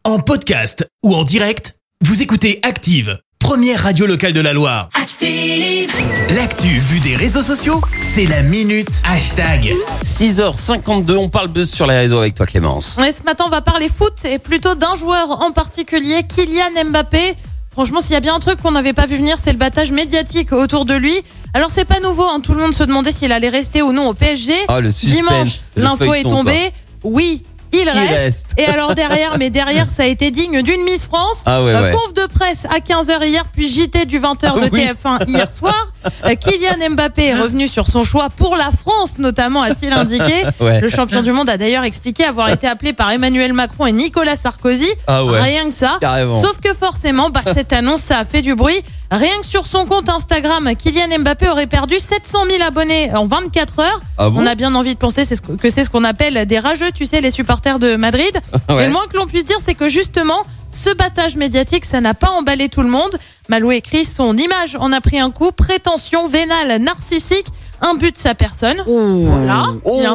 En podcast ou en direct, vous écoutez Active, première radio locale de la Loire. Active! L'actu vue des réseaux sociaux, c'est la minute hashtag. 6h52, on parle buzz sur les réseaux avec toi Clémence. Et ce matin, on va parler foot et plutôt d'un joueur en particulier, Kylian Mbappé. Franchement, s'il y a bien un truc qu'on n'avait pas vu venir, c'est le battage médiatique autour de lui. Alors, c'est pas nouveau, tout le monde se demandait s'il allait rester ou non au PSG. Ah, le suspense, dimanche, l'info est tombée. Oui, il reste. Et alors derrière, ça a été digne d'une Miss France. Ah ouais. Conf de presse à 15h hier, puis JT du 20h de TF1 hier soir. Kylian Mbappé est revenu sur son choix pour la France, notamment, a-t-il indiqué. Ouais. Le champion du monde a d'ailleurs expliqué avoir été appelé par Emmanuel Macron et Nicolas Sarkozy. Ah ouais. Rien que ça. Carrément. Sauf que forcément, cette annonce, ça a fait du bruit. Rien que sur son compte Instagram, Kylian Mbappé aurait perdu 700 000 abonnés en 24 heures. Ah bon? On a bien envie de penser que c'est ce qu'on appelle des rageux, tu sais, les supporters de Madrid. Ouais. Et le moins que l'on puisse dire, c'est que justement, ce battage médiatique, ça n'a pas emballé tout le monde. Malo écrit, son image en a pris un coup. Prétention vénale, narcissique, un but de sa personne. Voilà.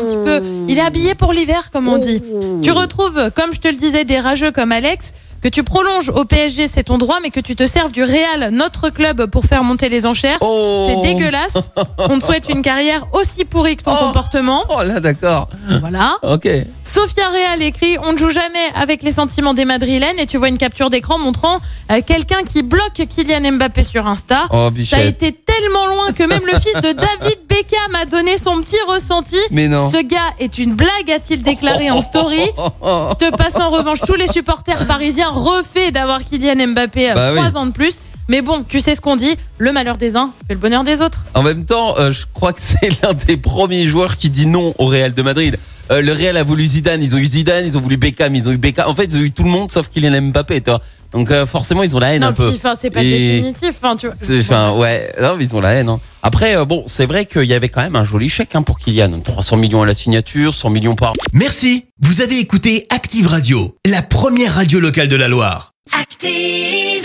Il est habillé pour l'hiver, comme on dit. Tu retrouves, comme je te le disais, des rageux comme Alex. Que tu prolonges au PSG, c'est ton droit, mais que tu te serves du Real, notre club, pour faire monter les enchères, c'est dégueulasse. On te souhaite une carrière aussi pourrie que ton comportement. Oh là, d'accord. Voilà. Ok. Sophia Real écrit, on ne joue jamais avec les sentiments des Madrilènes, et tu vois une capture d'écran montrant quelqu'un qui bloque Kylian Mbappé sur Insta. Oh, Ça a bichette. été tellement loin que même le fils de David Beckham a donné son petit ressenti. Mais non. Ce gars est une blague, a-t-il déclaré en story. Je te passe en revanche tous les supporters parisiens refait d'avoir Kylian Mbappé à 3 ans de plus. Mais bon, tu sais ce qu'on dit, le malheur des uns fait le bonheur des autres. En même temps, je crois que c'est l'un des premiers joueurs qui dit non au Real de Madrid. Le Real a voulu Zidane, ils ont eu Zidane, ils ont voulu Beckham, ils ont eu Beckham. En fait, ils ont eu tout le monde sauf Kylian Mbappé, toi. Donc forcément, ils ont la haine un peu. Puis, c'est pas définitif. Tu vois. Ouais, non, mais ils ont la haine. Après, c'est vrai qu'il y avait quand même un joli chèque pour Kylian. 300 millions à la signature, 100 millions par... Merci, vous avez écouté Active Radio, la première radio locale de la Loire. Active!